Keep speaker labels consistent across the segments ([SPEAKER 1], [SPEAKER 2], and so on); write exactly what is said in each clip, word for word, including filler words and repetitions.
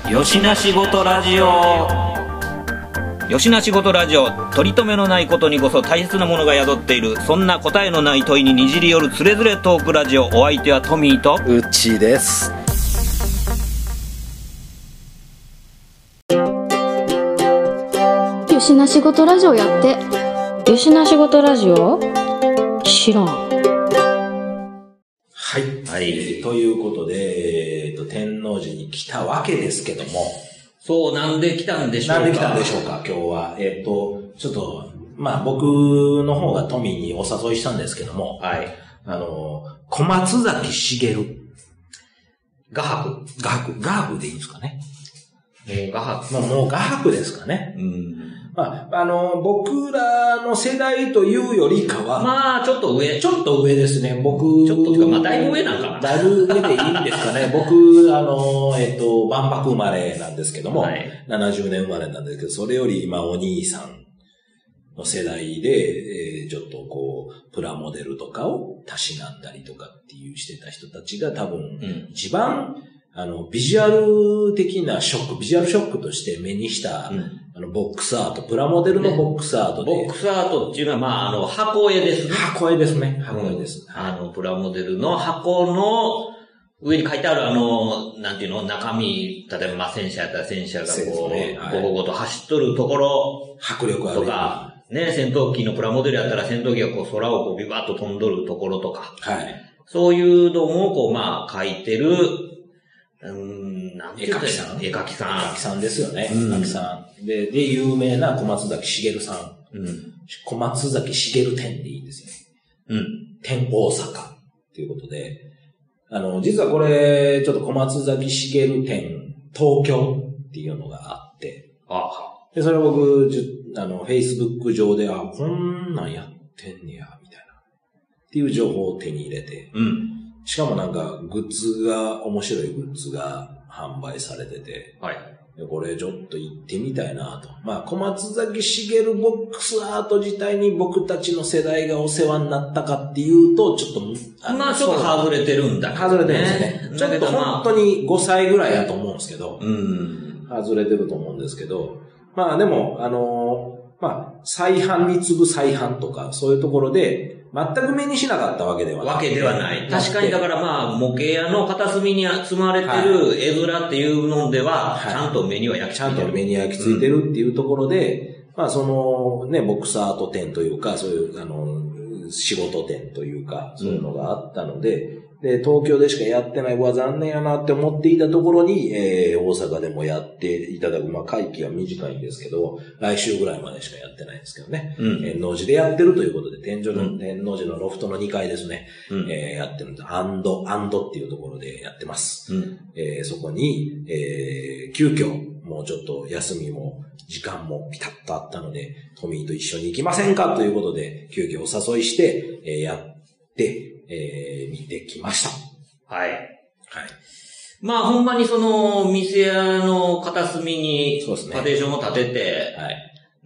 [SPEAKER 1] よしなしごとラジオ。よしなしごとラジオ、取り留めのないことにこそ大切なものが宿っている、そんな答えのない問いににじり寄るつれづれトークラジオ。お相手はトミーと
[SPEAKER 2] うっちーです。
[SPEAKER 3] よしなしごとラジオやって。よしなしごとラジオ知らん。
[SPEAKER 2] はい、
[SPEAKER 1] はい、
[SPEAKER 2] えー、ということで、えーと、天王寺に来たわけですけども、
[SPEAKER 1] そう、なんで来たんでしょうか。
[SPEAKER 2] なんで来たんでしょうか、今日は。えっ、ー、と、ちょっと、まあ僕の方がトミーにお誘いしたんですけども、
[SPEAKER 1] はい。
[SPEAKER 2] あの、小松崎しげる。
[SPEAKER 1] 画伯。
[SPEAKER 2] 画伯。画伯でいいんですかね。
[SPEAKER 1] もう画伯。
[SPEAKER 2] もう、もう画伯ですかね。
[SPEAKER 1] うん。
[SPEAKER 2] まあ、あの、僕らの世代というよりかは、
[SPEAKER 1] まあ、ちょっと上。
[SPEAKER 2] ちょっと上ですね。僕、
[SPEAKER 1] ちょっととか、まあ、だいぶ上なんかな。
[SPEAKER 2] だいぶ上でいいんですかね。僕、あの、えっと、万博生まれなんですけども、はい、ななじゅうねん生まれなんですけど、それより今、お兄さんの世代で、えー、ちょっとこう、プラモデルとかをたしなんだりとかっていうしてた人たちが多分、うん、一番、あの、ビジュアル的なショック、ビジュアルショックとして目にした、うん、あの、ボックスアート、プラモデルのボックスアートで。
[SPEAKER 1] ね、ボックスアートっていうのは、まあ、あの、箱絵ですね。
[SPEAKER 2] 箱絵ですね。箱絵です。
[SPEAKER 1] うん、あの、プラモデルの箱の上に書いてある、あの、なんていうの、中身、例えば、まあ、戦車やったら戦車がこう、ね、はい、ゴゴゴと走っとるところ、
[SPEAKER 2] 迫力ある
[SPEAKER 1] とか、ね、戦闘機のプラモデルやったら戦闘機がこう、空をこう、ビバッと飛んどるところとか、
[SPEAKER 2] はい。
[SPEAKER 1] そういうのも、こう、まあ、書いてる、うーん、なんて言ったらいいの？絵描きさん。
[SPEAKER 2] 絵描きさんですよね。絵描きさん。で、で、有名な小松崎しげるさん。うん。小松崎しげる展でいいんですよ。うん。展大阪。ということで、あの、実はこれ、ちょっと小松崎しげる展東京っていうのがあって。
[SPEAKER 1] ああ。
[SPEAKER 2] で、それを僕、じゅあの、Facebook 上で、あ、こんなんやってんねや、みたいな。っていう情報を手に入れて。うん。しかもなんか、グッズが、面白いグッズが販売されてて、はい。でこれちょっと行ってみたいなと。まあ、小松崎しげるボックスアート自体に僕たちの世代がお世話になったかっていうと、ちょっと、
[SPEAKER 1] まあ、ちょっと外れてるんだけどね。
[SPEAKER 2] 外れてるんですね。ちょっと本当にごさいぐらいやと思うんですけど、うん。外れてると思うんですけど、まあでも、あのー、まあ、再販に次ぐ再販とか、そういうところで、全く目にしなかったわけではない。
[SPEAKER 1] わけではない。確かにだからまあ、模型屋の片隅に積まれてる絵面っていうのでは、ちゃんと目には焼き付いてる。
[SPEAKER 2] ちゃんと目に焼き付いてるっていうところで、うん、まあそのね、ボックスアート展というか、そういう、あの、仕事展というか、そういうのがあったので、うんで、東京でしかやってない、うわ、残念やなって思っていたところに、えー、大阪でもやっていただく。まあ、会期は短いんですけど、来週ぐらいまでしかやってないんですけどね。うん。天王寺でやってるということで、天井の、うん、天王寺のロフトのにかいですね。うん。えー、やってるんで、アンド、アンドっていうところでやってます。うん。えー、そこに、えー、急遽、もうちょっと休みも、時間もピタッとあったので、トミーと一緒に行きませんかということで、急遽お誘いして、えー、やって、えー、見てきました。
[SPEAKER 1] はい。はい。
[SPEAKER 2] ま
[SPEAKER 1] あ、ほんまにその、店屋の片隅に、パテーションを立てて、はい。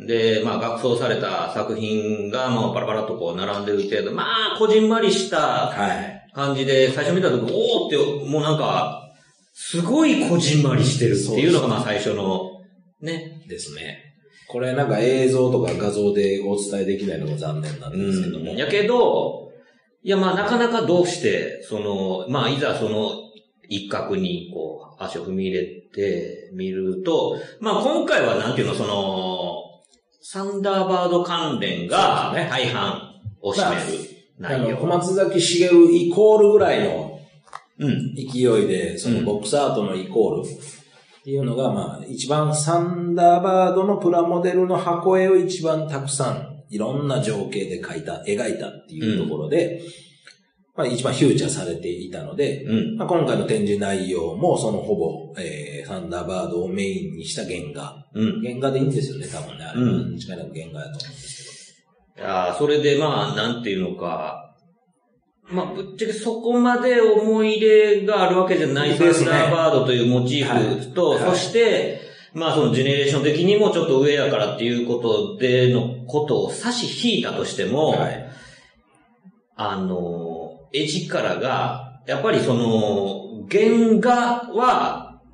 [SPEAKER 1] で、まあ、額装された作品が、まあ、パラパラとこう、並んでる程度、まあ、こじんまりした感じで、最初見たとき、おーって、もうなんか、すごいこじんまりしてるっていうのが、まあ、最初の、ね。
[SPEAKER 2] ですね。これなんか映像とか画像でお伝えできないのが残念なんですけども。
[SPEAKER 1] やけど、いや、まあ、なかなかどうして、その、まあ、いざその、一角に、こう、足を踏み入れてみると、まあ、今回はなんていうの、その、サンダーバード関連が大半を占める内容。
[SPEAKER 2] 小松崎しげるイコールぐらいの勢いで、そのボックスアートのイコールっていうのが、まあ、一番サンダーバードのプラモデルの箱絵を一番たくさん、いろんな情景で描いた、描いたっていうところで、うん、まあ一番フューチャーされていたので、うんまあ、今回の展示内容もそのほぼ、えー、サンダーバードをメインにした原画。うん、原画でいいんですよね、多分ね。あれは間違いなく原画だと思うんです
[SPEAKER 1] けど。いやー、それでまあ、なんていうのか、まあ、ぶっちゃけそこまで思い入れがあるわけじゃないサンダーバードというモチーフと、はいはい、そして、まあそのジェネレーション的にもちょっと上やからっていうことでのことを差し引いたとしても、はい、あの、絵力が、やっぱりその、原画は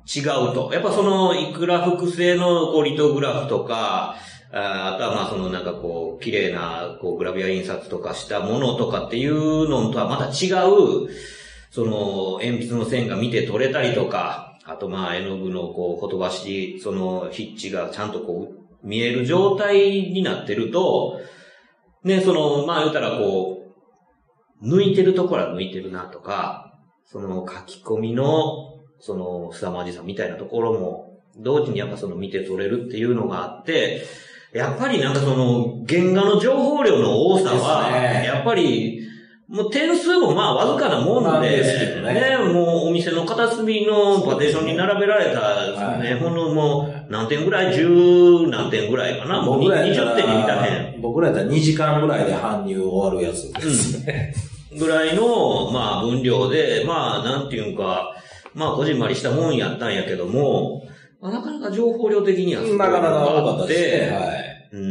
[SPEAKER 1] 違うと。やっぱその、いくら複製のこうリトグラフとか、あ, あとはまあそのなんかこう、綺麗なこうグラビア印刷とかしたものとかっていうのとはまた違う、その鉛筆の線が見て取れたりとか、あとまあ絵の具のこう、ほとばし、その筆致がちゃんとこう、見える状態になってると、ね、その、まあ言うたらこう、抜いてるところは抜いてるなとか、その書き込みの、その、すさまじさみたいなところも、同時にやっぱその見て取れるっていうのがあって、やっぱりなんかその、原画の情報量の多さは、ね、やっぱり、もう点数もまあわずかなもんで、ね、ね、もうお店の片隅のパーテーションに並べられた、ね、ほんのもう何点ぐらい、十何点ぐらいかな、もうにじゅってんに満たへん。
[SPEAKER 2] 僕らやったらにじかんぐらいで搬入終わるやつですね。
[SPEAKER 1] うん、ぐらいの、まあ分量で、まあなんていうんか、まあこじんまりしたもんやったんやけども、まあ、なかなか情報量的にはすごい
[SPEAKER 2] なかなか多かったですね。
[SPEAKER 1] はい。うん。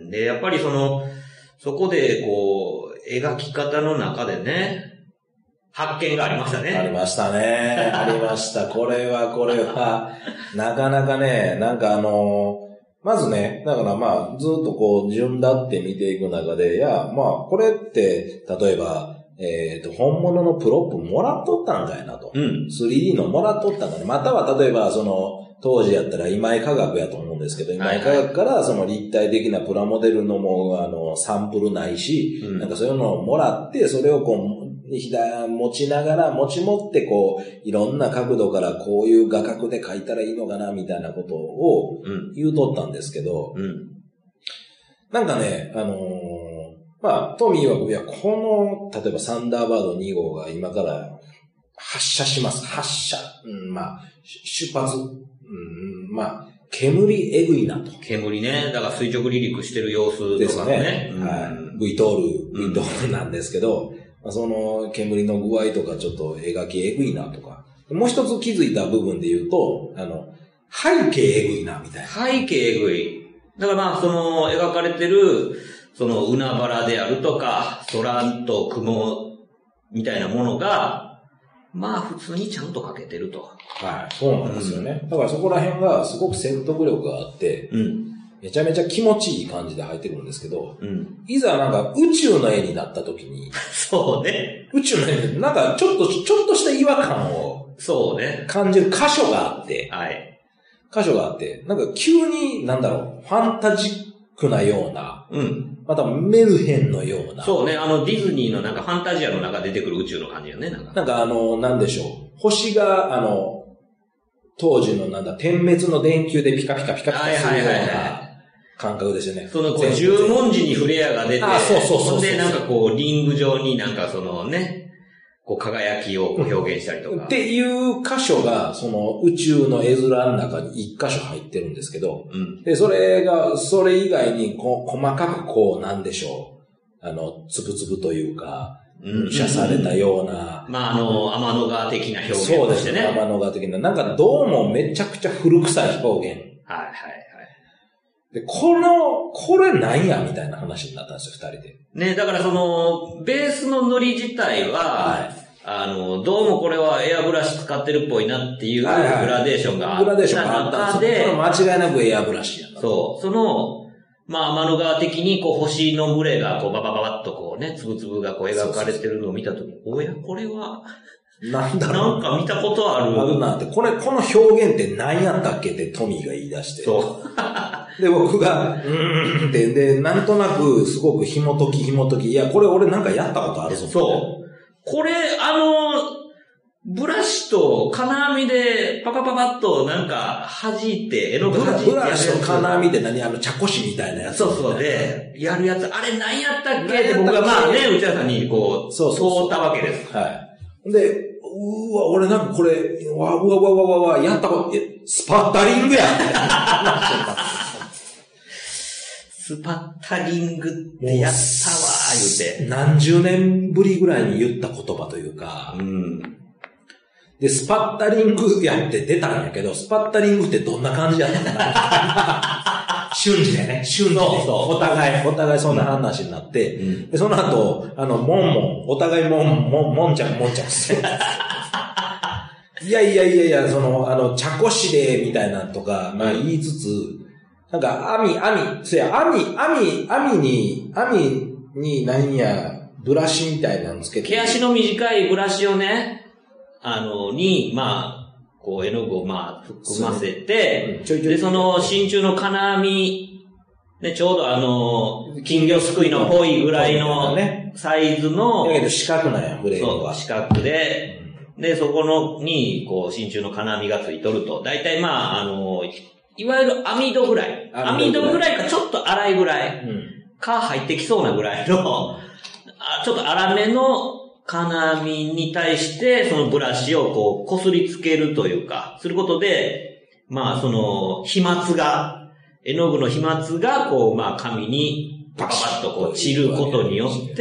[SPEAKER 1] で、やっぱりその、そこでこう、描き方の中でね、発見がありましたね。
[SPEAKER 2] ありましたね。ありました。これは、これは、なかなかね、なんかあの、まずね、だからまあ、ずっとこう、順だって見ていく中で、いや、まあ、これって、例えば、えっと、本物のプロップもらっとったんかいなと。
[SPEAKER 1] うん。
[SPEAKER 2] スリーディー のもらっとったんかね。または例えば、その、当時やったら今井化学やと思うんですけど、今井化学からその立体的なプラモデルのもう、あの、サンプルないし、うん、なんかそういうのをもらって、それをこう、ひだ、持ちながら、持ち持ってこう、いろんな角度からこういう画角で描いたらいいのかな、みたいなことを言うとったんですけど、
[SPEAKER 1] うんうん、
[SPEAKER 2] なんかね、あのー、まあ、トミーは、いや、この、例えばサンダーバードに号が今から発射します。発射。うん、まあ、出発。うん、まあ、煙えぐいなと。
[SPEAKER 1] 煙ね。だから垂直離陸してる様子とかね。
[SPEAKER 2] ですね。うん、はい。V トール、V トールなんですけど、うんまあ、その煙の具合とかちょっと描きえぐいなとか。もう一つ気づいた部分で言うと、あの、背景えぐいなみたいな。
[SPEAKER 1] 背景えぐい。だからまあ、その描かれてる、その海原であるとか、空と雲みたいなものが、まあ普通にちゃんと描けてると。
[SPEAKER 2] はい、そうなんですよね。うん、だからそこら辺がすごく説得力があって、
[SPEAKER 1] うん、
[SPEAKER 2] めちゃめちゃ気持ちいい感じで入ってくるんですけど、
[SPEAKER 1] うん、
[SPEAKER 2] いざなんか宇宙の絵になった時に、
[SPEAKER 1] そうね。
[SPEAKER 2] 宇宙の絵になんかちょっと、ちょっとした違和感を、
[SPEAKER 1] そうね。
[SPEAKER 2] 感じる箇所があって、
[SPEAKER 1] はい。
[SPEAKER 2] 箇所があって、なんか急に、なんだろう、ファンタジックなような、
[SPEAKER 1] うん。
[SPEAKER 2] またメルヘンのような。
[SPEAKER 1] そうね、あのディズニーのなんかファンタジアの中出てくる宇宙の感じよね、なんか。
[SPEAKER 2] なんかあの、なんでしょう。星が、あの、当時のなんだ、点滅の電球でピカピカピカピカするような感覚ですよね。
[SPEAKER 1] そのこう十文字にフレアが出て、
[SPEAKER 2] あ、そうそうそうそう。
[SPEAKER 1] で、なんかこう、リング状になんかそのね、こう輝きを表現したりとか。
[SPEAKER 2] っていう箇所が、その宇宙の絵面の中に一箇所入ってるんですけど、
[SPEAKER 1] うん、
[SPEAKER 2] で、それが、それ以外にこう細かくこう、なんでしょう。あの、つぶつぶというか、噴射されたような。
[SPEAKER 1] まあ、あの、天の川的な表現としてね。
[SPEAKER 2] そうですね。天の川的な。なんかどうもめちゃくちゃ古臭い表現。
[SPEAKER 1] はいはいはい。
[SPEAKER 2] で、この、これなんやみたいな話になったんですよ、二人で。
[SPEAKER 1] ね、だからその、ベースのノリ自体は、はい、あの、どうもこれはエアブラシ使ってるっぽいなっていうグラデーションがあった中で、
[SPEAKER 2] グラデーションがあったんですよ。これ間違いなくエアブラシやな。
[SPEAKER 1] そう。その、まあ、天の川的にこう星の群れがこうババババッとこうね、つぶつぶがこう描かれてるのを見たときに、おや、これは、
[SPEAKER 2] なんだろ
[SPEAKER 1] う。なんか見たことある。
[SPEAKER 2] あるなって。これ、この表現って何やったっけってトミーが言い出して。
[SPEAKER 1] そう。
[SPEAKER 2] で、僕が、うーんって、で、なんとなくすごく紐解き紐解き、いや、これ俺なんかやったことあるぞ。
[SPEAKER 1] そう。これ、あの、ブラシと金網でパパパパッとなんか弾いて、絵の具弾いて。
[SPEAKER 2] ブラシと金網で何あの茶こしみたいなやつ。
[SPEAKER 1] そうそうで、やるやつ、あれ何やったっけって僕がまあね、内田さんにこう、そうそうったわけです。
[SPEAKER 2] はい。で、うわ、俺なんかこれ、わ、うわ、わ、わ、わ、わ、やったこと、スパッタリングや
[SPEAKER 1] スパッタリングってやったわ、言うて。
[SPEAKER 2] 何十年ぶりぐらいに言った言葉というか、
[SPEAKER 1] うん。
[SPEAKER 2] で、スパッタリングやって出たんやけど、スパッタリングってどんな感じやったのかな瞬時でね、瞬時で。そうそう。お互い、お互いそんな話になって、うん、でその後、あの、もんもん、お互いもん、もん、もんちゃん、もんちゃんして。 いやいやいやいや、その、あの、茶こしで、みたいなとか、まあ言いつつ、なんか、網、網、そや、網、網、網に、網に何や、ブラシみたいなのつけて。
[SPEAKER 1] 毛足の短いブラシをね、あの、に、まあ、こう、絵の具をまあ、含ませて、うん、ちょいちょいで、その、真鍮の金網、ね、ちょうどあの、金魚すくいのぽいぐらいのサイズの、
[SPEAKER 2] だけど四角なんや、フレームは。
[SPEAKER 1] そう、四角で、うん、で、そこの、に、こう、真鍮の金網がついとると、だいたいまあ、あの、いわゆる網戸ぐらい。網戸ぐらいかちょっと粗いぐらい。うん、か入ってきそうなぐらいの、ちょっと粗めの金網に対して、そのブラシをこう、こすりつけるというか、することで、まあ、その、飛沫が、絵の具の飛沫が、こう、まあ、紙にパパパッとこう、散ることによって、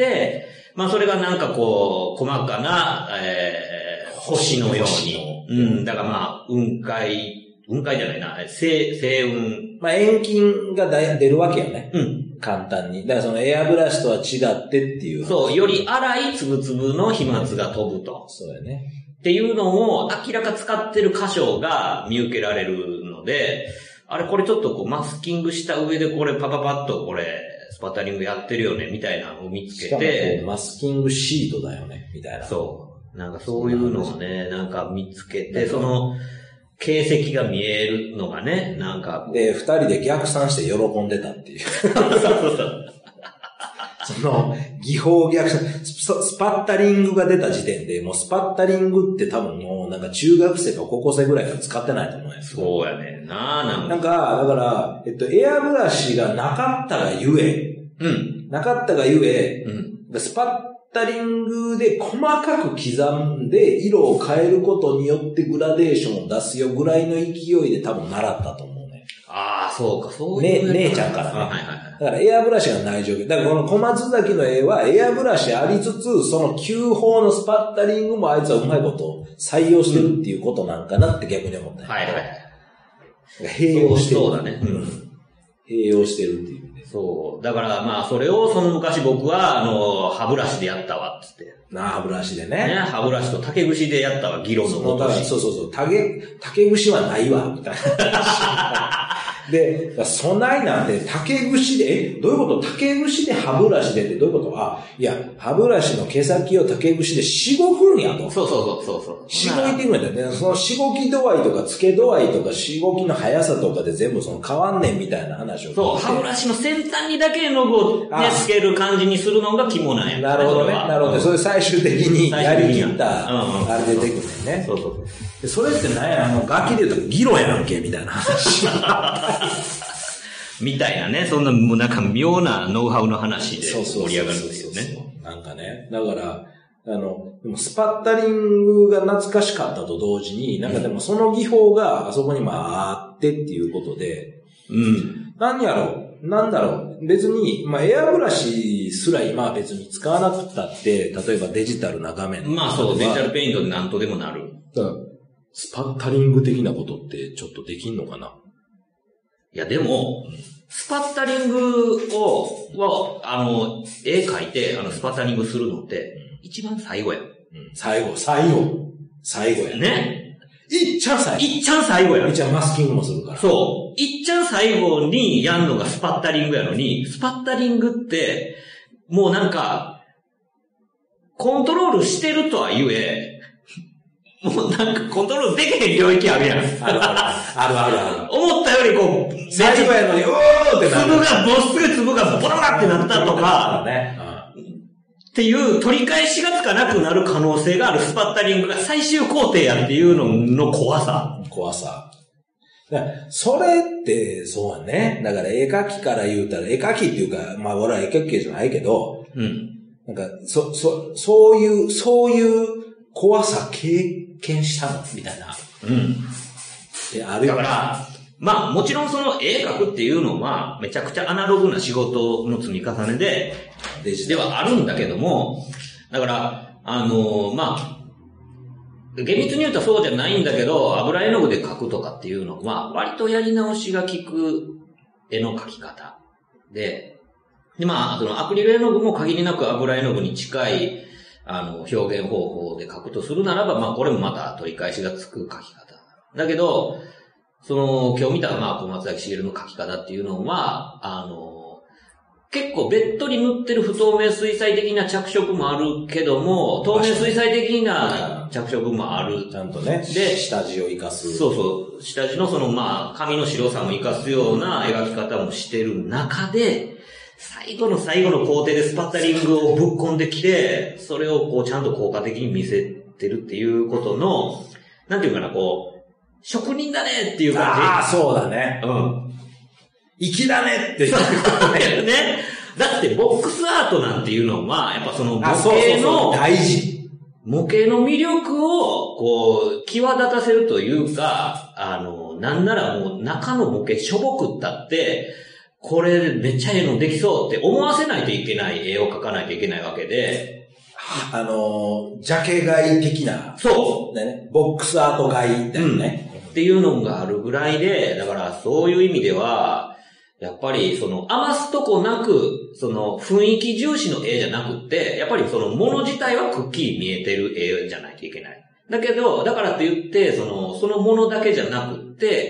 [SPEAKER 1] まあ、それがなんかこう、細かな、えー、星のように。うん。だからまあ、雲海、雲海じゃないな、星、星雲。
[SPEAKER 2] まあ、遠近が出るわけよね。うん。簡単に。だからそのエアブラシとは違ってっていう。
[SPEAKER 1] そう、より粗いつぶつぶの飛沫が飛ぶと。
[SPEAKER 2] そうだよね。
[SPEAKER 1] っていうのを明らか使ってる箇所が見受けられるので、あれこれちょっとこうマスキングした上でこれパパパッとこれスパッタリングやってるよねみたいなのを見つけて。
[SPEAKER 2] しかもマスキングシートだよねみたいな。
[SPEAKER 1] そう。なんかそういうのをね、なんか見つけて、その形跡が見えるのがね、なんか。
[SPEAKER 2] で、二人で逆算して喜んでたっていう。そうそうそう。その、技法逆算、スパッタリングが出た時点で、もうスパッタリングって多分もうなんか中学生か高校生ぐらいから使ってないと思うんですよ。
[SPEAKER 1] そうやねんな、なんか。
[SPEAKER 2] なんか、だから、えっと、エアブラシがなかったがゆえ、うん。なかったがゆえ、うん。スパッタリングで細かく刻んで色を変えることによってグラデーションを出すよぐらいの勢いで多分習ったと思うね。
[SPEAKER 1] ああ、そうか、そういう。
[SPEAKER 2] ね、姉ちゃんからね。
[SPEAKER 1] はいはいはい。
[SPEAKER 2] だからエアブラシがない状況。だからこの小松崎の絵はエアブラシありつつ、その旧法のスパッタリングもあいつはうまいことを採用してるっていうことなんかなって逆に思った、ね。
[SPEAKER 1] はいはいはい。
[SPEAKER 2] 併用してる。
[SPEAKER 1] そうだね。うん。
[SPEAKER 2] 併用してるっていう。
[SPEAKER 1] そう。だからまあ、それをその昔僕は、あの、歯ブラシでやったわ、つって。
[SPEAKER 2] なあ、歯ブラシでね。
[SPEAKER 1] ね、歯ブラシと竹串でやったわ、議論の
[SPEAKER 2] ことし。そうそうそう。竹、竹串はないわ、みたいな。で、備えなんて竹串で、え、どういうこと？竹串で歯ブラシでってどういうこと？あ、いや、歯ブラシの毛先を竹串でしごくんやと。
[SPEAKER 1] そうそうそうそう。
[SPEAKER 2] しごいていくんだよね。そのしごき度合いとか付け度合いとかしごきの速さとかで全部その変わんねんみたいな話を。
[SPEAKER 1] そう、歯ブラシの先端にだけ絵の具をね、つける感じにするのが肝なんや。
[SPEAKER 2] なるほどね。なるほどね。それ最終的にやりきった、あれ出てくるね。
[SPEAKER 1] そうそう
[SPEAKER 2] そう。それって何や、あの、ガキで言うとギロやんけ、みたいな話。
[SPEAKER 1] みたいなね、そんな、もうなんか妙なノウハウの話で盛り上がるんですよね。
[SPEAKER 2] なんかね、だから、あの、でもスパッタリングが懐かしかったと同時に、なんかでもその技法があそこにまああってっていうことで、うん。何やろうなんだろう別に、まあエアブラシすら今は別に使わなくったって、例えばデジタルな画面。
[SPEAKER 1] まあそう、デジタルペイントで何とでもなる。
[SPEAKER 2] スパッタリング的なことってちょっとできんのかない
[SPEAKER 1] やでも、スパッタリングを、は、あの、絵描いて、あの、スパッタリングするのって、一番最後や。うん。
[SPEAKER 2] 最後、最後。最後や。
[SPEAKER 1] ね。
[SPEAKER 2] いっちゃん最後。
[SPEAKER 1] いっちゃん最後や。
[SPEAKER 2] いっちゃんマスキングもするから。
[SPEAKER 1] そう。いっちゃん最後にやんのがスパッタリングやのに、スパッタリングって、もうなんか、コントロールしてるとは言え、もうなんかコントロールできへん領域あるやん。ある
[SPEAKER 2] ある。あるあるある。
[SPEAKER 1] 思ったよりこう、
[SPEAKER 2] 最後やのに、うーってなる。
[SPEAKER 1] 粒が、もうすぐ粒がボロラってなったとか、
[SPEAKER 2] ね、
[SPEAKER 1] っていう取り返しがつかなくなる可能性があるスパッタリングが最終工程やっていうのの怖さ。
[SPEAKER 2] 怖さ。それって、そうやね。だから絵描きから言うたら、絵描きっていうか、まあ俺は絵描きじゃないけど、うん。なんか、そ、そ、そういう、そういう怖さ経験したのみたいな。うん。
[SPEAKER 1] で、あるよ。だから、まあもちろんその絵描くっていうのは、めちゃくちゃアナログな仕事の積み重ねで、ではあるんだけども、だから、あのー、まあ、厳密に言うとそうじゃないんだけど、油絵の具で描くとかっていうのは、割とやり直しが効く絵の描き方で、で、まあ、そのアクリル絵の具も限りなく油絵の具に近い、 あの、表現方法で書くとするならば、まあこれもまた取り返しがつく書き方。だけど、その、今日見た、まあ小松崎しげるの書き方っていうのは、あの、結構べっとり塗ってる不透明水彩的な着色もあるけども、透明水彩的な着色もある。
[SPEAKER 2] ちゃんとね、で、下地を活かす。
[SPEAKER 1] そうそう。下地のその、まあ、紙の白さも活かすような描き方もしてる中で、最後の最後の工程でスパッタリングをぶっ込んできて、それをこうちゃんと効果的に見せてるっていうことの、なんていうかな、こう、職人だねっていう感じ。
[SPEAKER 2] ああ、そうだね。
[SPEAKER 1] うん。
[SPEAKER 2] 粋だねっていう
[SPEAKER 1] ね。だってボックスアートなんていうのは、やっぱその模型の、
[SPEAKER 2] 大事。
[SPEAKER 1] 模型の魅力を、こう、際立たせるというか、あの、なんならもう中の模型しょぼくったって、これめっちゃええのできそうって思わせないといけない絵を描かないといけないわけで、
[SPEAKER 2] あの、ジャケ買い的な。
[SPEAKER 1] そう。
[SPEAKER 2] ね。ボックスアート買いだよね、
[SPEAKER 1] うん。っていうのがあるぐらいで、だからそういう意味では、やっぱりその余すとこなく、その雰囲気重視の絵じゃなくって、やっぱりそのもの自体はくっきり見えてる絵じゃないといけない。だけど、だからといって、その、そのものだけじゃなくって、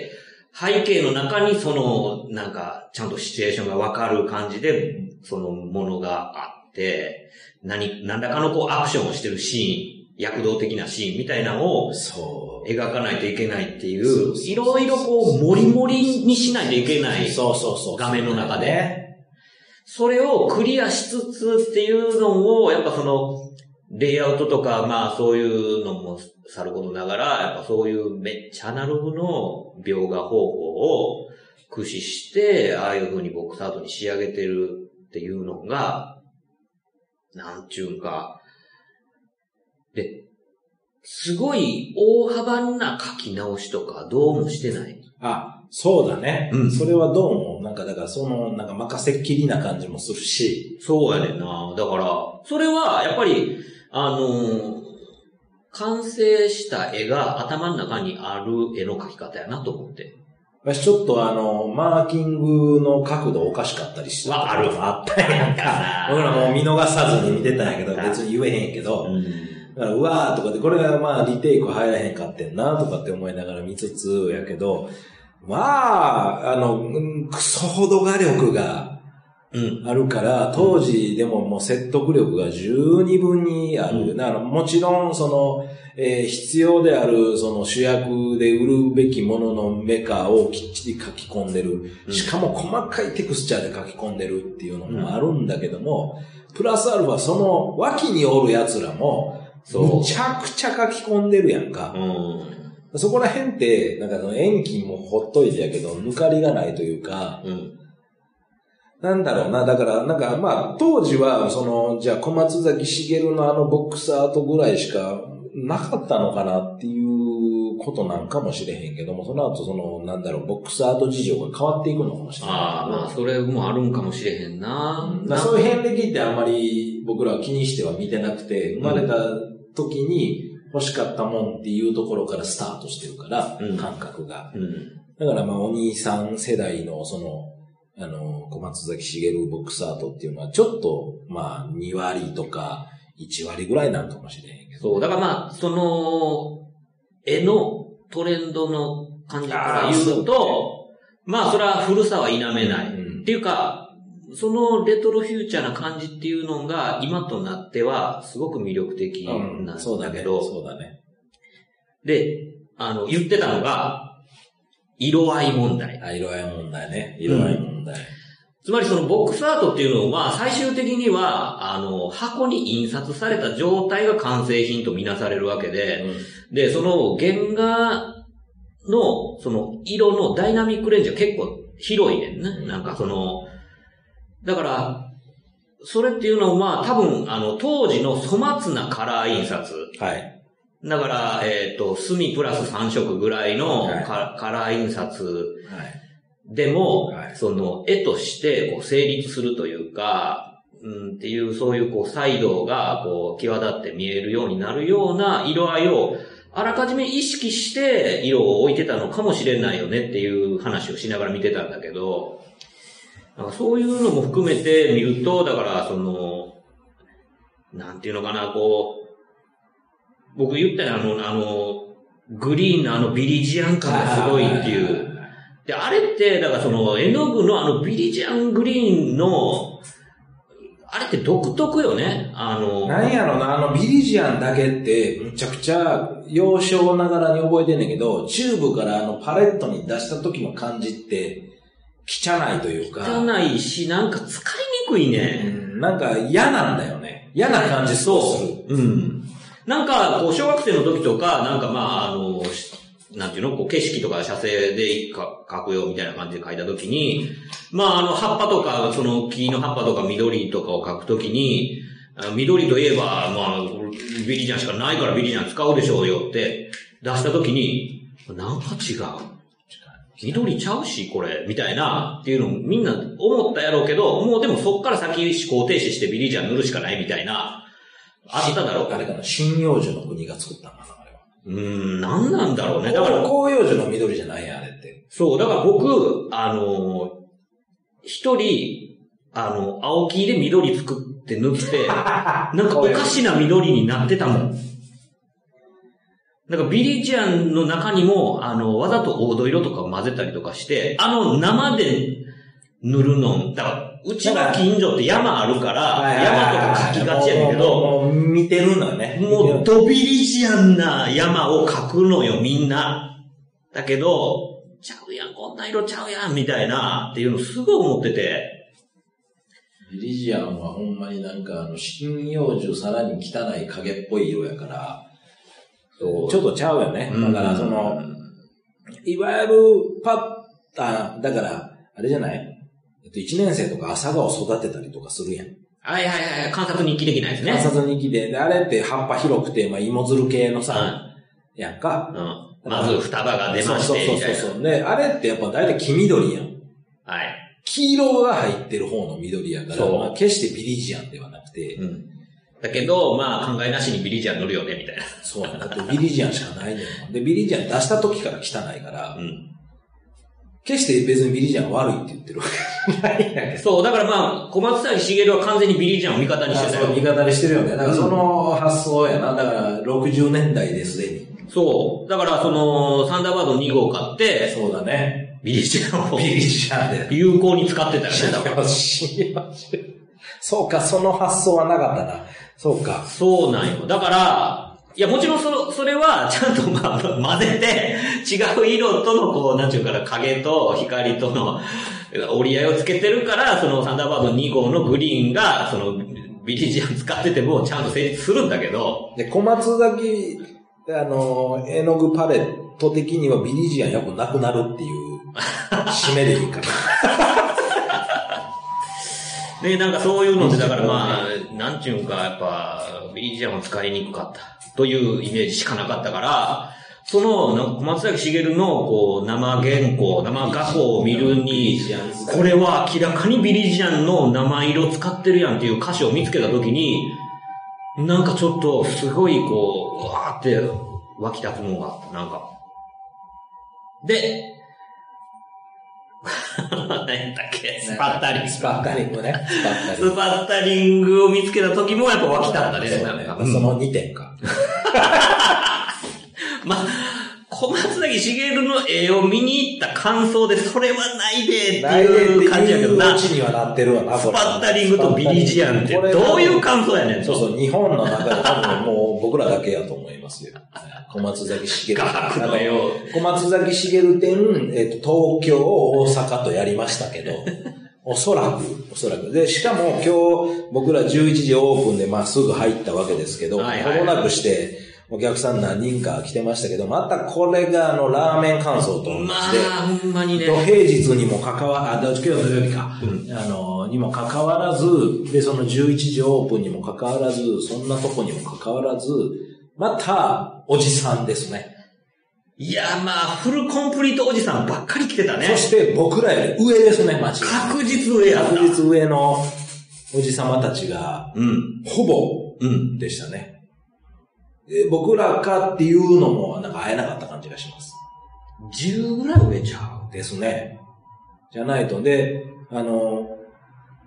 [SPEAKER 1] 背景の中にその、なんか、ちゃんとシチュエーションがわかる感じで、そのものがあって、何、何らかのこうアクションをしてるシーン、躍動的なシーンみたいなのを描かないといけないっていう、いろいろこう、もりもりにしないといけない画面の中で、それをクリアしつつっていうのを、やっぱその、レイアウトとか、まあそういうのもさることながら、やっぱそういうめっちゃアナログの描画方法を駆使して、ああいう風にボックスアートに仕上げてるっていうのが、なんちゅうんか、で、すごい大幅な書き直しとかどうもしてない。
[SPEAKER 2] あ、そうだね。
[SPEAKER 1] うん。
[SPEAKER 2] それはどうも、なんかだからその、なんか任せっきりな感じもするし。
[SPEAKER 1] そうやねんな。だから、それはやっぱり、あのー、完成した絵が頭の中にある絵の描き方やなと思って。
[SPEAKER 2] 私ちょっとあの、マーキングの角度おかしかったりして
[SPEAKER 1] た。ある。
[SPEAKER 2] あったやんか。僕らもう見逃さずに見てたんやけど、別に言えへんけど。うん、だから、うわーとかで、これはまあリテイク入らへんかってんなとかって思いながら見つつやけど、まあ、あの、クソほど画力が、うん。あるから、当時でももう説得力が十二分にある。だからもちろん、その、えー、必要である、その主役で売るべきもののメカをきっちり書き込んでる。しかも細かいテクスチャーで書き込んでるっていうのもあるんだけども、プラスアルファその脇におる奴らも、むちゃくちゃ書き込んでるやんか。うん、そこら辺って、なんかその遠近もほっといてやけど、抜かりがないというか、うんなんだろうな。だから、なんか、まあ、当時は、その、じゃあ、小松崎しげるのあのボックスアートぐらいしかなかったのかなっていうことなんかもしれへんけども、その後、その、なんだろう、ボックスアート事情が変わっていくのかもしれない。
[SPEAKER 1] ああ、まあ、それもあるんかもしれへんな。
[SPEAKER 2] うん、そういう遍歴ってあんまり僕らは気にしては見てなくて、生まれた時に欲しかったもんっていうところからスタートしてるから、うん、感覚が。うん、だから、まあ、お兄さん世代の、その、あの、小松崎しげるボックスアートっていうのはちょっと、まあ、に割とかいち割ぐらいなんかもしれへんけど。
[SPEAKER 1] そう、だからまあ、その、絵のトレンドの感じから言うと、まあ、それは古さは否めない。うん、っていうか、そのレトロフューチャーな感じっていうのが今となってはすごく魅力的なんだけど、うん、そうだね。
[SPEAKER 2] そうだね。
[SPEAKER 1] で、あの、言ってたのが、色合い問題。
[SPEAKER 2] あ、色合い問題ね。色合い問題。うん、
[SPEAKER 1] つまりそのボックスアートっていうのは最終的には、あの、箱に印刷された状態が完成品とみなされるわけで、うん、で、その原画の、その色のダイナミックレンジは結構広いねんね。うん、なんかその、だから、それっていうのは多分、あの、当時の粗末なカラー印刷。はい。だから、えっと、墨プラスさん色ぐらいのカ、はい、カラー印刷でも、はい、その絵としてこう成立するというか、うんっていう、そういうこう、彩度がこう、際立って見えるようになるような色合いを、あらかじめ意識して色を置いてたのかもしれないよねっていう話をしながら見てたんだけど、なんかそういうのも含めて見ると、だからその、 なんていうのかな、こう、僕言ったよ、あの、あの、グリーンのあのビリジアン感がすごいっていう。で、あれって、だからその、絵の具のあのビリジアングリーンの、あれって独特よね。あの、
[SPEAKER 2] なんやろな、あのビリジアンだけって、むちゃくちゃ幼少ながらに覚えてんねんけど、チューブからあのパレットに出した時の感じって、汚いというか。
[SPEAKER 1] 汚いし、なんか使いにくいね。
[SPEAKER 2] うん、なんか嫌なんだよね。嫌な感じそう
[SPEAKER 1] する。うん。なんか、こう、小学生の時とか、なんかまあ、あの、なんていうの、こう、景色とか写生で描くよみたいな感じで描いた時に、まあ、あの、葉っぱとか、その木の葉っぱとか緑とかを描く時に、緑といえば、まあ、ビリジャンしかないからビリジャン使うでしょうよって出した時に、なんか違う。緑ちゃうし、これ、みたいな、っていうのをみんな思ったやろうけど、もうでもそっから先思考停止してビリジャン塗るしかないみたいな、あっただろう。
[SPEAKER 2] あれかな、針葉樹の国が作ったのかな、あれは。
[SPEAKER 1] うーん、なんなんだろうね。だから。
[SPEAKER 2] 広葉樹の緑じゃないやん、あれって。
[SPEAKER 1] そう、だから僕、あの、一人、あの、青木で緑作って塗って、なんかおかしな緑になってたもん。なんかビリジアンの中にも、あの、わざと黄土色とかを混ぜたりとかして、あの生で塗るの、だから、うちの近所って山あるから、山とか描きがちやねんけど、
[SPEAKER 2] もう見てるのよね。
[SPEAKER 1] もうドビリジアンな山を描くのよ、みんな。だけど、ちゃうやん、こんな色ちゃうやん、みたいな、っていうのすごい思ってて。
[SPEAKER 2] ビリジアンはほんまになんか、あの、針葉樹さらに汚い影っぽい色やから、そうちょっとちゃうよね。だからその、いわゆるパッター、だから、あれじゃない一年生とか朝顔を育てたりとかするやん。
[SPEAKER 1] はいはいはい。観察日記的なやつね。
[SPEAKER 2] 観察日記で。で、あれって葉っぱ広くて、まあ、芋づる系のさ、うん、やんか。
[SPEAKER 1] うん。まず双葉が出まして、みたいな。
[SPEAKER 2] そうそうそうそう。で、あれってやっぱ大体黄緑やん。
[SPEAKER 1] はい。
[SPEAKER 2] 黄色が入ってる方の緑やから、まあ、決してビリジアンではなくて。
[SPEAKER 1] うん。だけど、まあ考えなしにビリジアン塗るよね、みたいな。
[SPEAKER 2] そうだってビリジアンしかないねん。で、ビリジアン出した時から汚いから、うん。決して別にビリジャン悪いって言ってるわけじゃないんだけど。
[SPEAKER 1] そう、だからまあ、小松崎しげるは完全にビリジャンを味方にしてたよ。
[SPEAKER 2] そう、味方にしてるよね。だからその発想やな。だからろくじゅうねんだいですでに。
[SPEAKER 1] そう。だからその、サンダーバードに号買って、
[SPEAKER 2] そうだね。
[SPEAKER 1] ビリジャンを。
[SPEAKER 2] ビリジャンで。
[SPEAKER 1] 有効に使ってたよね。だから
[SPEAKER 2] そうか、その発想はなかったな。そうか。
[SPEAKER 1] そうなんよ。だから、いや、もちろんそ、それは、ちゃんとまあ、混ぜて、違う色との、こう、なんていうかな、影と光との折り合いをつけてるから、そのサンダーバードに号のグリーンが、その、ビリジアン使ってても、ちゃんと成立するんだけど。
[SPEAKER 2] で、小松崎、あの、絵の具パレット的にはビリジアンやっぱなくなるっていう、締めでいいかな。
[SPEAKER 1] ね、なんかそういうので、だからまあ、なんていうか、やっぱ、ビリジアンを使いにくかった。というイメージしかなかったから、その、なんか小松崎しげるの、こう、生原稿、生画法を見るに、これは明らかにビリジアンの生色使ってるやんっていう歌詞を見つけたときに、なんかちょっと、すごいこう、うわーって湧き立つものがあった、なんか。で、何だっけスパッタリング。
[SPEAKER 2] スパッタリングね。
[SPEAKER 1] スパッタリング。スパッタリングを見つけた時もやっぱ湧き立ったね。
[SPEAKER 2] そうね。そのにてんか。
[SPEAKER 1] まあ、小松崎しげるの絵を見に行った感想で、それはないでっていう感じやけどな。
[SPEAKER 2] うちにはなってるわな、
[SPEAKER 1] スパッタリングとビリジアンってどういう感想やねん。
[SPEAKER 2] そうそう、日本の中で多分もう僕らだけやと思いますよ。小松崎しげる。小松崎しげる展、えっと、東京、大阪とやりましたけど、おそらく、おそらく。で、しかも今日僕らじゅういちじオープンでまっすぐ入ったわけですけど、ほどなくして、お客さん何人か来てましたけど、またこれがあの、ラーメン感想と同じで、ま
[SPEAKER 1] あ、ほんまにね。
[SPEAKER 2] 平日にも関わらず、今日土曜日か、うん、あの、にも関わらず、で、そのじゅういちじオープンにも関わらず、そんなとこにも関わらず、また、おじさんですね。
[SPEAKER 1] いや、まあ、フルコンプリートおじさんばっかり来てたね。
[SPEAKER 2] そして僕らより上ですね、街。
[SPEAKER 1] 確実上やった。
[SPEAKER 2] 確実上のおじさまたちが、
[SPEAKER 1] うん、
[SPEAKER 2] ほぼ、うん、でしたね。で僕らかっていうのもなんか会えなかった感じがします。
[SPEAKER 1] じゅうぐらい上ちゃ
[SPEAKER 2] うですね。じゃないと。で、あの、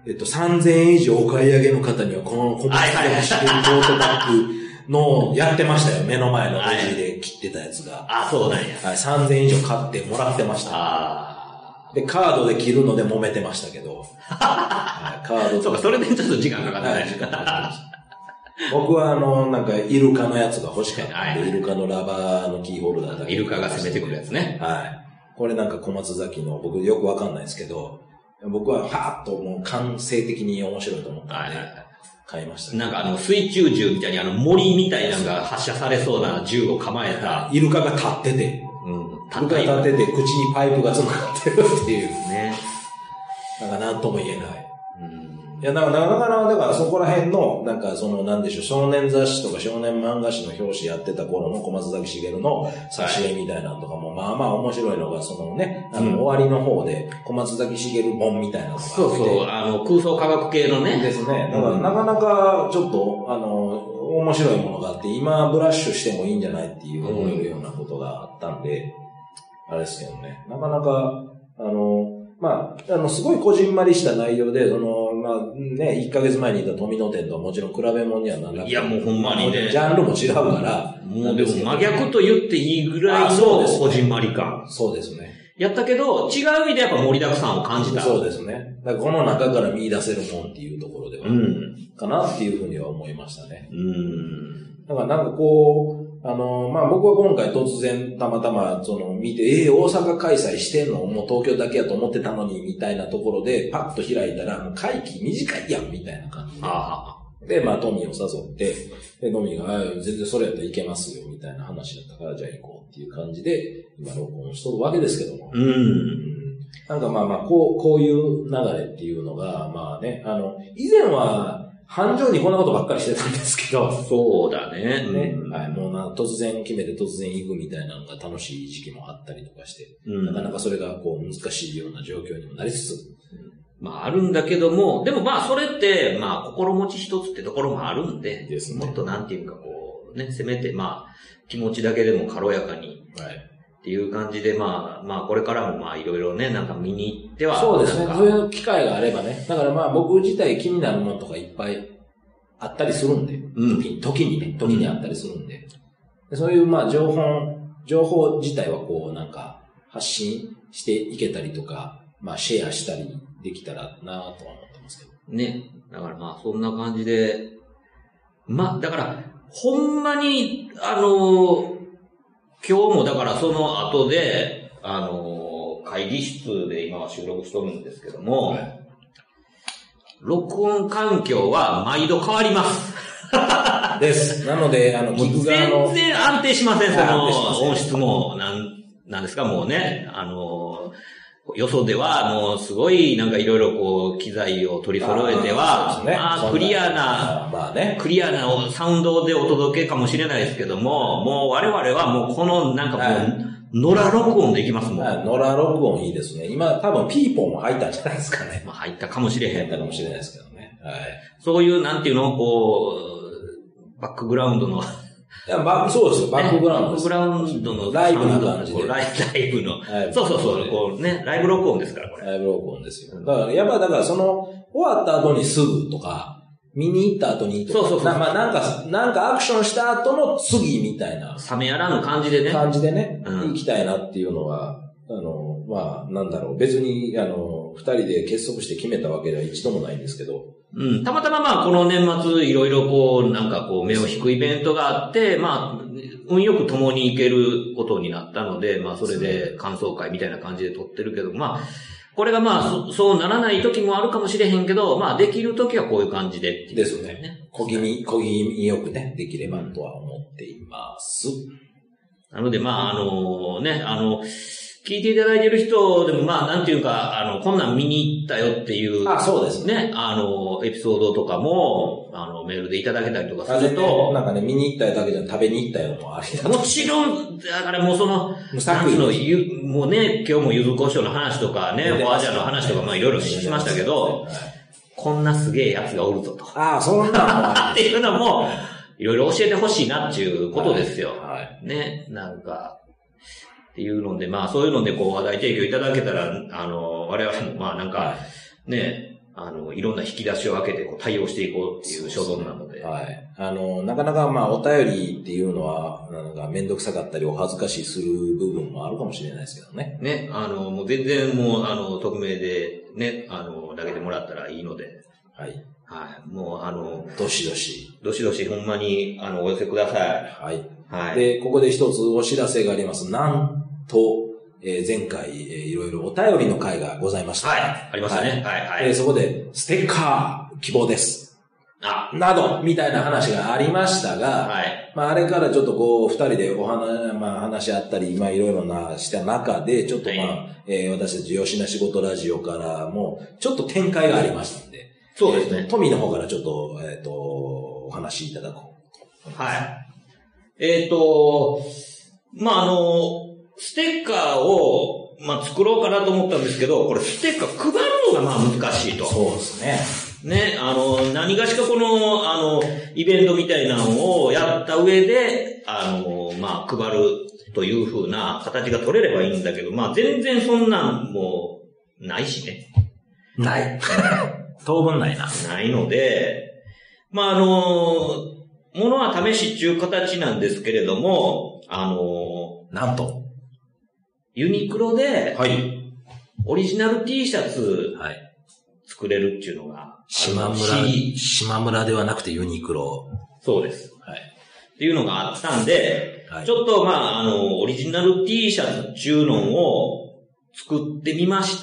[SPEAKER 2] えっと、さんぜんえん以上お買い上げの方には、この小松崎しげるトートバッグのをやってましたよ。目の前のレジで切ってたやつが。
[SPEAKER 1] あ、そうなんや。
[SPEAKER 2] はい、さんぜんえん以上買ってもらってました。
[SPEAKER 1] あ
[SPEAKER 2] で、カードで切るので揉めてましたけど。はい、カード
[SPEAKER 1] そうか、それでちょっと時間かかってない。
[SPEAKER 2] 時間かかってました。僕はあの、なんか、イルカのやつが欲しかったんで、はい、イルカのラバーのキーホルダーだけ。
[SPEAKER 1] イルカが攻めてくるやつね。
[SPEAKER 2] はい。これなんか小松崎の、僕よくわかんないですけど、僕ははーっともう感性的に面白いと思ったんで、買いました、
[SPEAKER 1] ね。なんかあの、水中銃みたいにあの、森みたいなのが発射されそうな銃を構えた。
[SPEAKER 2] イルカが立ってて、うん。イルカが立ってて、口にパイプが繋がってるっていう。ね。なんかなんとも言えない。いや、だから、なかなか、だからそこら辺の、なんかその、なんでしょう、少年雑誌とか少年漫画誌の表紙やってた頃の小松崎しげるの挿絵みたいなのとかも、まあまあ面白いのが、そのね、あの、うん、終わりの方で、小松崎しげる本みたいなのがあって。
[SPEAKER 1] そうそう、あの、空想科学系のね。
[SPEAKER 2] ですね。だから、なかなか、ちょっと、あの、面白いものがあって、今、ブラッシュしてもいいんじゃないっていう思えるようなことがあったんで、あれですけどね、なかなか、あの、まあ、あの、すごいこじんまりした内容で、その、まあね、いっかげつまえにいた富野店とはもちろん比べ物にはならない。
[SPEAKER 1] いや、もうほんまにね。
[SPEAKER 2] ジャンルも違うから。
[SPEAKER 1] もうでも真逆と言っていいぐらいのこじんまり感。
[SPEAKER 2] そうですね。
[SPEAKER 1] やったけど、違う意味でやっぱ盛りだくさんを感じた。
[SPEAKER 2] そうですね。だからこの中から見出せるもんっていうところでは、うん、かなっていうふうには思いましたね。うん。だからなんかこう、あの、まあ、僕は今回突然たまたまその見て、ええー、大阪開催してんのもう東京だけやと思ってたのにみたいなところでパッと開いたら、もう会期短いやんみたいな感じで。あで、まあ、トミーを誘って、で、トミーが、全然それやったらいけますよみたいな話だったから、じゃあ行こうっていう感じで、今録音しとるわけですけども。うん。なんかまあまあ、こう、こういう流れっていうのが、まあね、あの、以前は、繁盛にこんなことばっかりしてたんですけど。
[SPEAKER 1] そうだね。
[SPEAKER 2] ね。うん、はい。もうな、突然決めて突然行くみたいなのが楽しい時期もあったりとかして、うん、なかなかそれがこう難しいような状況にもなりつつ、
[SPEAKER 1] うん、まああるんだけども、でもまあそれって、まあ心持ち一つってところもあるんで、ですね、もっとなんていうかこう、ね、せめてまあ気持ちだけでも軽やかに、はい。っていう感じで、まあ、まあ、これからもまあ、いろいろね、なんか見に行っては。
[SPEAKER 2] そうですね。そういう機会があればね。だからまあ、僕自体気になるものとかいっぱいあったりするんで。うん。時にね、時にあったりするんで。うん、そういうまあ、情報、情報自体はこう、なんか、発信していけたりとか、まあ、シェアしたりできたらなとは思ってますけど。
[SPEAKER 1] ね。だからまあ、そんな感じで、まあ、だから、ほんまに、あの、今日もだからその後で、あの、会議室で今は収録しとるんですけども、はい、録音環境は毎度変わります。
[SPEAKER 2] です。なので、あの、
[SPEAKER 1] 聞く側の全然安定しません、その、音質も、なん、なんですか、もうね、あの、よそではもうすごいなんかいろいろこう機材を取り揃えては、あ、ね、まあクリアな、まあね、クリアなサウンドでお届けかもしれないですけども、もう我々はもうこのなんかもう、はい、野良録音できますもん。
[SPEAKER 2] はい、野良録音いいですね。今多分ピーポンも入ったんじゃないですかね。
[SPEAKER 1] まあ入ったかもしれへん。
[SPEAKER 2] 入ったかもしれないですけどね。はい。
[SPEAKER 1] そういうなんていうのこう、バックグラウンドの、
[SPEAKER 2] いや、バそうですよ。バックグラウンド、ね。
[SPEAKER 1] バックグラウンドの
[SPEAKER 2] ライブな感じで。
[SPEAKER 1] ライブの。はい、そうそうそう。こうね、ライブ録音ですから、これ。
[SPEAKER 2] ライブ録音ですよ。だから、やっぱだからその、終わった後にすぐとか、見に行った後にとか。
[SPEAKER 1] そうそうそう。
[SPEAKER 2] なまあなんか、なんかアクションした後の次みたいな。
[SPEAKER 1] 冷めやらぬ感じでね。
[SPEAKER 2] 感じでね、うん、行きたいなっていうのは、あの、まあ、なんだろう。別に、あの、二人で結束して決めたわけでは一度もないんですけど。
[SPEAKER 1] うん。たまたままあ、この年末いろいろこう、なんかこう、目を引くイベントがあって、まあ、運よく共に行けることになったので、まあ、それで感想会みたいな感じで撮ってるけど、まあ、これがまあ、そ、そうならない時もあるかもしれへんけど、まあ、できる時はこういう感じでっていう、ね。
[SPEAKER 2] ですね。小気味、小気味よくね、できればとは思っています。
[SPEAKER 1] なので、まあ、あの、ね、あの、聞いていただいている人でも、まあ、なんていうか、あの、こんなん見に行ったよっていう。
[SPEAKER 2] あ、そうですね。
[SPEAKER 1] ね、あの、エピソードとかも、あの、メールでいただけたりとかすると。
[SPEAKER 2] なんかね、見に行っただけじゃ食べに行ったよもあり
[SPEAKER 1] もちろん、だからもうその、さっきのゆ、もうね、今日も柚子胡椒の話とかね、フォアジャの話とか、まあ、いろいろしましたけど、こんなすげえやつがおるぞと。
[SPEAKER 2] ああ、そんな
[SPEAKER 1] っていうのも、いろいろ教えてほしいなっていうことですよ。はい。ね、なんか。っていうので、まあそういうのでこう話題提供いただけたら、あの、我々もまあなんか、ね、 あの、いろんな引き出しを開けてこう対応していこうっていう所存なので。
[SPEAKER 2] はい。あの、なかなかまあお便りっていうのは、なんかめんどくさかったりお恥ずかしいする部分もあるかもしれないですけどね。
[SPEAKER 1] ね、あの、もう全然もう、あの、匿名でね、あの、投げてもらったらいいので。
[SPEAKER 2] はい。
[SPEAKER 1] はい。もう、あの、
[SPEAKER 2] どしどし。
[SPEAKER 1] どしどしほんまに、あの、お寄せください。
[SPEAKER 2] はい。
[SPEAKER 1] はい。
[SPEAKER 2] で、ここで一つお知らせがあります。なんと、えー、前回、えー、いろいろお便りの会がございました。
[SPEAKER 1] はい。ありましたね。はい、はい、はい。
[SPEAKER 2] えー、そこで、ステッカー希望です。
[SPEAKER 1] あ、
[SPEAKER 2] など、みたいな話がありましたが、はい。まあ、あれからちょっとこう、二人でお話、まあ、話し合ったり、まあ、いろいろなした中で、ちょっとまあ、はい、えー、私たち吉名仕事ラジオからも、ちょっと展開がありましたんで、
[SPEAKER 1] そうですね。
[SPEAKER 2] トミーの方からちょっと、えっと、お話しいただこ
[SPEAKER 1] う。はい。えっと、まあ、あの、ステッカーを、まあ、作ろうかなと思ったんですけど、これステッカー配るのがまあ難しいと。
[SPEAKER 2] そうですね。
[SPEAKER 1] ね、あの、何がしかこの、あの、イベントみたいなのをやった上で、あの、まあ、配るという風な形が取れればいいんだけど、まあ、全然そんなんもう、ないしね。
[SPEAKER 2] ない。当分ないな。
[SPEAKER 1] ないので、まあ、あの、ものは試しっていう形なんですけれども、あの、
[SPEAKER 2] なんと、
[SPEAKER 1] ユニクロで、
[SPEAKER 2] はい。
[SPEAKER 1] オリジナル T シャツ、はい。作れるっていうのが、
[SPEAKER 2] 島村、島村ではなくてユニクロ。
[SPEAKER 1] そうです。
[SPEAKER 2] はい。
[SPEAKER 1] っていうのがあったんで、はい、ちょっとまあ、あの、オリジナル T シャツっていうのを作ってみました。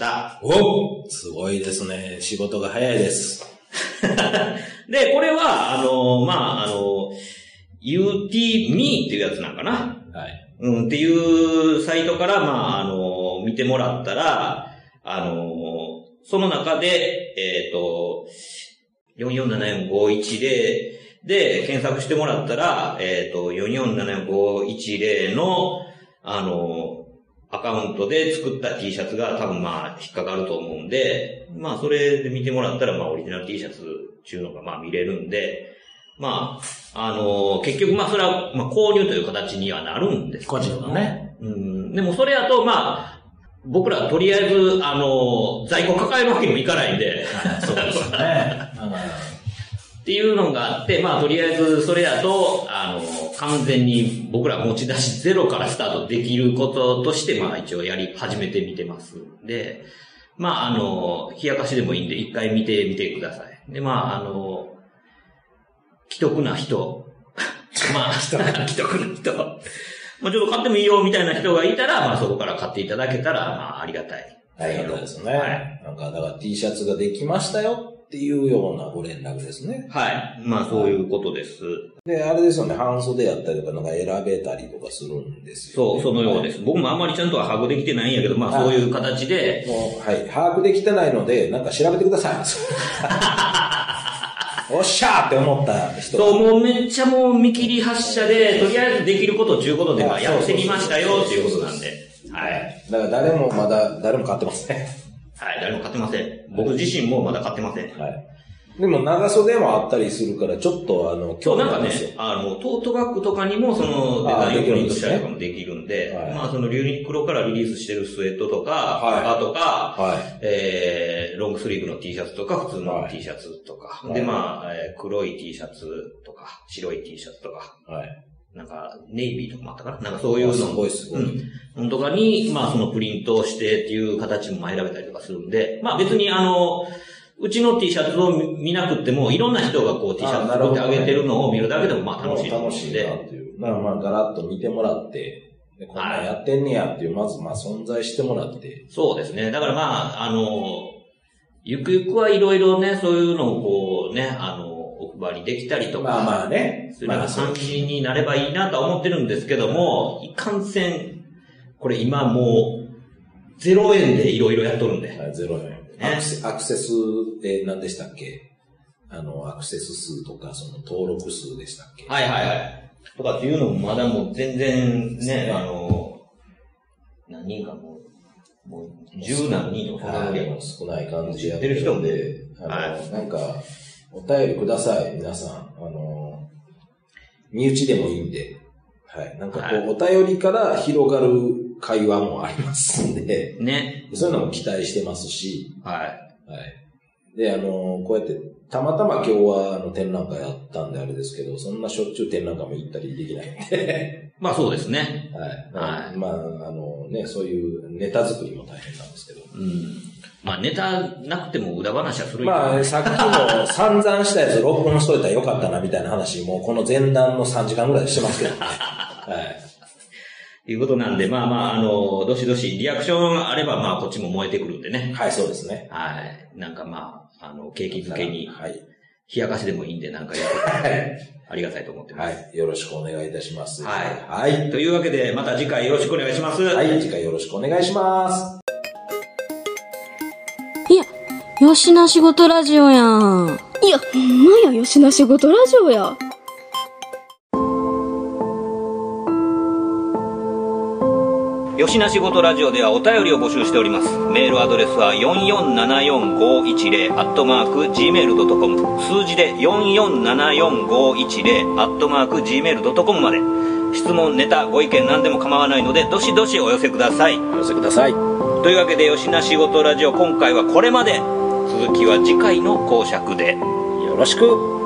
[SPEAKER 2] お！すごいですね。仕事が早いです。
[SPEAKER 1] で、これは、あの、まあ、あの、ユーティーミー っていうやつなんかな。
[SPEAKER 2] はい。
[SPEAKER 1] うん、っていうサイトから、まあ、あの、見てもらったら、あの、その中で、えっと、よんよんななよんごいちゼロで検索してもらったら、えっと、よんよんななよんごいちゼロの、あの、アカウントで作った T シャツが多分まあ、引っかかると思うんで、まあ、それで見てもらったら、まあ、オリジナル T シャツっていうのがまあ見れるんで、まあ、あのー、結局まあそれは、まあ購入という形にはなるんですけど、
[SPEAKER 2] 個人のね。
[SPEAKER 1] うん。でもそれやと、まあ、僕らとりあえず、あのー、在庫抱えるわけにもいかないんで。
[SPEAKER 2] そうですね。
[SPEAKER 1] っていうのがあって、まあとりあえずそれやと、あのー、完全に僕ら持ち出しゼロからスタートできることとして、まあ一応やり始めてみてますんで、まああのー、冷やかしでもいいんで一回見てみてください。で、まああのー、既得な人。まあ、既得な人。まあ、ちょっと買ってもいいよみたいな人がいたら、まあ、そこから買っていただけたら、まあ、ありがたい。
[SPEAKER 2] ありがたいですね。はい。なんか、だから T シャツができましたよっていうようなご連絡ですね。
[SPEAKER 1] はい。まあ、そういうことです。
[SPEAKER 2] で、あれですよね、半袖やったりとか、なんか選べたりとかするんですよ、
[SPEAKER 1] ね。そう、そのようです。僕もあんまりちゃんとは把握できてないんやけど、まあ、そういう形で。
[SPEAKER 2] もう、はい。把握できてないので、なんか調べてください。おっしゃーって思った人。
[SPEAKER 1] そう、もうめっちゃもう見切り発車で、とりあえずできることをということで、まあやってみましたよっていうことなんで。はい。
[SPEAKER 2] だから誰もまだ、誰も買ってません。
[SPEAKER 1] はい、誰も買ってません。僕自身もまだ買ってません。
[SPEAKER 2] はい。でも長袖もあったりするから、ちょっとあの、
[SPEAKER 1] 今日なんかね、あの、トートバッグとかにもそのデザインをプリントしたりとかもできるんで、はい、まあそのユニクロからリリースしてるスウェットとか、はい、パーとか、はい、えー、ロングスリーブの T シャツとか、普通の T シャツとか、はい、でまあ、えー、黒い T シャツとか、白い T シャツとか、はい、なんか、ネイビーとかもあったかななんかそういうの。
[SPEAKER 2] すごいすごい。
[SPEAKER 1] うん。とかに、まあそのプリントをしてっていう形も選べたりとかするんで、まあ別にあの、うちの T シャツを見なくても、いろんな人がこう T シャツ作ってあげてるのを見るだけでもまあ楽しいと思うんで。
[SPEAKER 2] 楽しいなっていう。だからまあガラッと見てもらって、でこんなんやってんねやっていう、まずまあ存在してもらって。
[SPEAKER 1] そうですね。だからまあ、あの、ゆくゆくはいろいろね、そういうのをこうね、あの、お配りできたりとか。
[SPEAKER 2] まあまあね。
[SPEAKER 1] そういう感じになればいいなとは思ってるんですけども、いかんせん、これ今もう、ゼロえんでいろいろやっとるんで。
[SPEAKER 2] はい、ゼロえん。アクセ、アクセス、え、何でしたっけあの、アクセス数とか、その登録数でしたっけ
[SPEAKER 1] はいはいはい。とかっていうのもまだもう全然ね、ねあの、何人かもう、もう十何人とかそんな
[SPEAKER 2] に少ない感じで
[SPEAKER 1] やってる人で、
[SPEAKER 2] あの、はい、なんか、お便りください、皆さん。あの、身内でもいいんで。はい。なんかこう、はい、お便りから広がる会話もありますんで。
[SPEAKER 1] ね。
[SPEAKER 2] そういうのも期待してますし。
[SPEAKER 1] はい。
[SPEAKER 2] はい。 で、あの、こうやって、たまたま今日はあの展覧会あったんであれですけど、そんなしょっちゅう展覧会も行ったりできないんで。
[SPEAKER 1] まあそうですね。
[SPEAKER 2] はい。はい。まあ、あのね、そういうネタ作りも大変なんですけど。
[SPEAKER 1] うん。まあネタなくても裏話はするよ。
[SPEAKER 2] まあ、さっきも散々したやつ録音しといたらよかったなみたいな話も、この前段のさんじかんぐらいしてますけどね。はい。
[SPEAKER 1] いうことなんで、まあまあ、あの、どしどしリアクションあれば、まあこっちも燃えてくるんでね。
[SPEAKER 2] はい、そうですね。
[SPEAKER 1] はい。なんかまあ、あの、景気づけに、はい。冷やかしでもいいんで、なんか言って、はい。ありがたいと思ってます。
[SPEAKER 2] はい。よろしくお願いいたします。
[SPEAKER 1] はい。はい。というわけで、また次回よろしくお願いします。
[SPEAKER 2] はい。次回よろしくお願いします。
[SPEAKER 3] いや、よしな仕事ラジオやん。
[SPEAKER 4] いや、ほんまや、よしな仕事ラジオや。
[SPEAKER 1] よしな仕事ラジオではお便りを募集しております。メールアドレスはよんよんななよんごいちゼロ アットマーク ジーメールドットコム、 数字でよんよんななよんごいちゼロ アットマーク ジーメールドットコム まで。質問、ネタ、ご意見何でも構わないので、どしどしお寄せください。
[SPEAKER 2] お寄せください。
[SPEAKER 1] というわけで、よしな仕事ラジオ、今回はこれまで。続きは次回の講釈で。
[SPEAKER 2] よろしく。